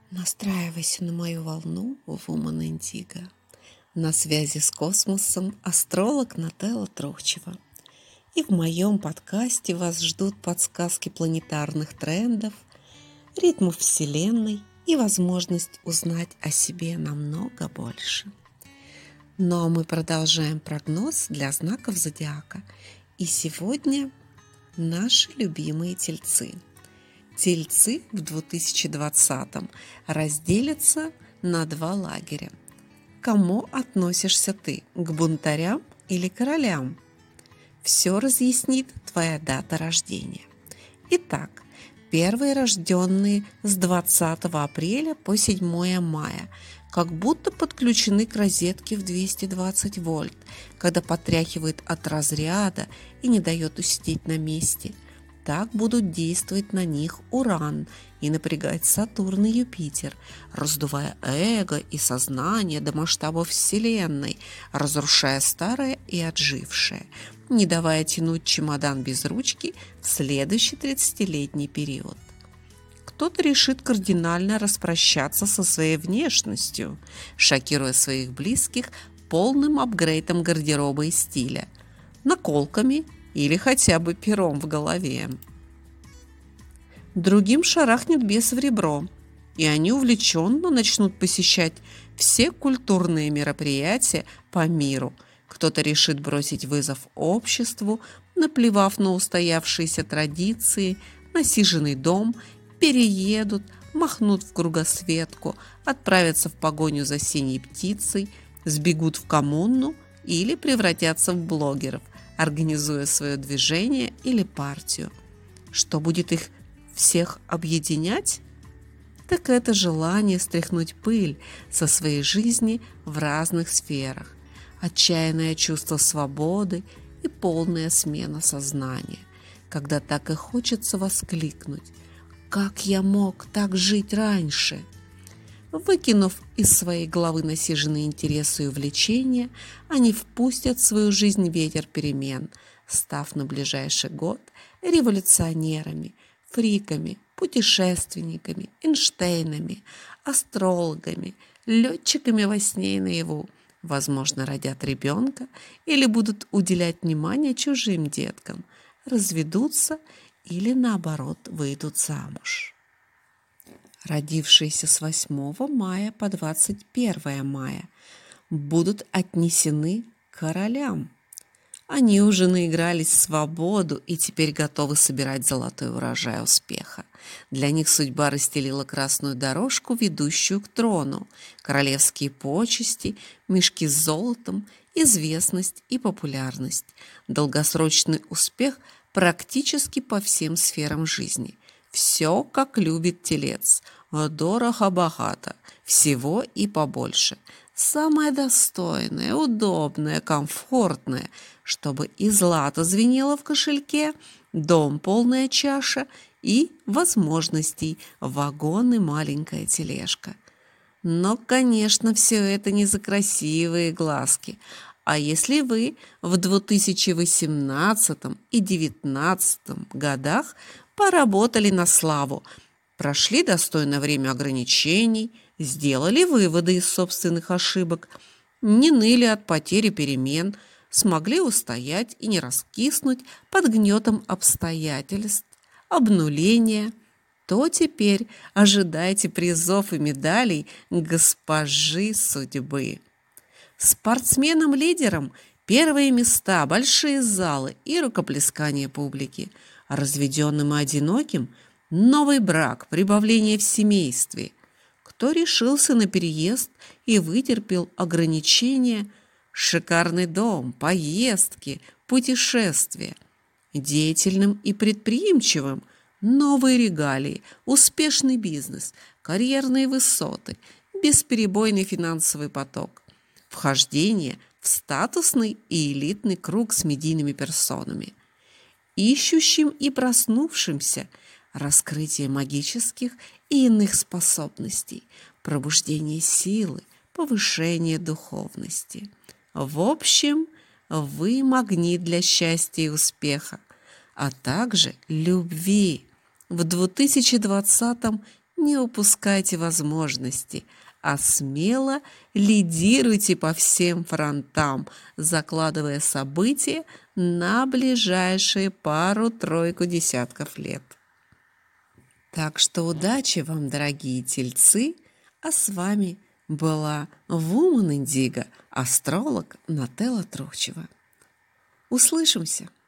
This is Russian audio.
Настраивайся на мою волну Woman Indigo. На связи с космосом астролог Нателла Трохчева. И в моем подкасте вас ждут подсказки планетарных трендов, ритмов Вселенной и возможность узнать о себе намного больше. Ну а мы продолжаем прогноз для знаков зодиака. И сегодня наши любимые тельцы. Тельцы в 2020-м разделятся на два лагеря. К кому относишься ты? К бунтарям или королям? Все разъяснит твоя дата рождения. Итак, первые рожденные с 20 апреля по 7 мая как будто подключены к розетке в 220 вольт, когда потряхивает от разряда и не дает усидеть на месте. Так будут действовать на них Уран и напрягать Сатурн и Юпитер, раздувая эго и сознание до масштабов Вселенной, разрушая старое и отжившее, не давая тянуть чемодан без ручки в следующий 30-летний период. Кто-то решит кардинально распрощаться со своей внешностью, шокируя своих близких полным апгрейдом гардероба и стиля, наколками или хотя бы пером в голове. Другим шарахнет бес в ребро, и они увлеченно начнут посещать все культурные мероприятия по миру. Кто-то решит бросить вызов обществу, наплевав на устоявшиеся традиции, насиженный дом, переедут, махнут в кругосветку, отправятся в погоню за синей птицей, сбегут в коммуну или превратятся в блогеров, организуя свое движение или партию. Что будет их всех объединять? Так это желание стряхнуть пыль со своей жизни в разных сферах, отчаянное чувство свободы и полная смена сознания, когда так и хочется воскликнуть: «Как я мог так жить раньше?» Выкинув из своей головы насиженные интересы и увлечения, они впустят в свою жизнь ветер перемен, став на ближайший год революционерами, фриками, путешественниками, Эйнштейнами, астрологами, летчиками во сне и наяву, возможно, родят ребенка или будут уделять внимание чужим деткам, разведутся или, наоборот, выйдут замуж. Родившиеся с 8 мая по 21 мая будут отнесены к королям. Они уже наигрались в свободу и теперь готовы собирать золотой урожай успеха. Для них судьба расстелила красную дорожку, ведущую к трону. Королевские почести, мешки с золотом, известность и популярность. Долгосрочный успех практически по всем сферам жизни. Все, как любит телец. Дорого-богато. Всего и побольше. Самое достойное, удобное, комфортное, чтобы и злато звенело в кошельке, дом полная чаша и возможностей вагон и маленькая тележка. Но, конечно, все это не за красивые глазки. А если вы в 2018 и 2019 годах поработали на славу, прошли достойное время ограничений, сделали выводы из собственных ошибок, не ныли от потери перемен, смогли устоять и не раскиснуть под гнетом обстоятельств, обнуления, то теперь ожидайте призов и медалей госпожи судьбы. Спортсменам-лидерам первые места, большие залы и рукоплескание публики. А разведенным и одиноким – новый брак, прибавление в семействе. Кто решился на переезд и вытерпел ограничения – шикарный дом, поездки, путешествия. Деятельным и предприимчивым – новые регалии, успешный бизнес, карьерные высоты, бесперебойный финансовый поток. Вхождение в статусный и элитный круг с медийными персонами. Ищущим и проснувшимся раскрытие магических и иных способностей, пробуждение силы, повышение духовности. В общем, вы магнит для счастья и успеха, а также любви. В 2020-м Не упускайте возможности, а смело лидируйте по всем фронтам, закладывая события на ближайшие пару-тройку десятков лет. Так что удачи вам, дорогие тельцы, а с вами была Woman Indigo, астролог Нателла Трухчева. Услышимся!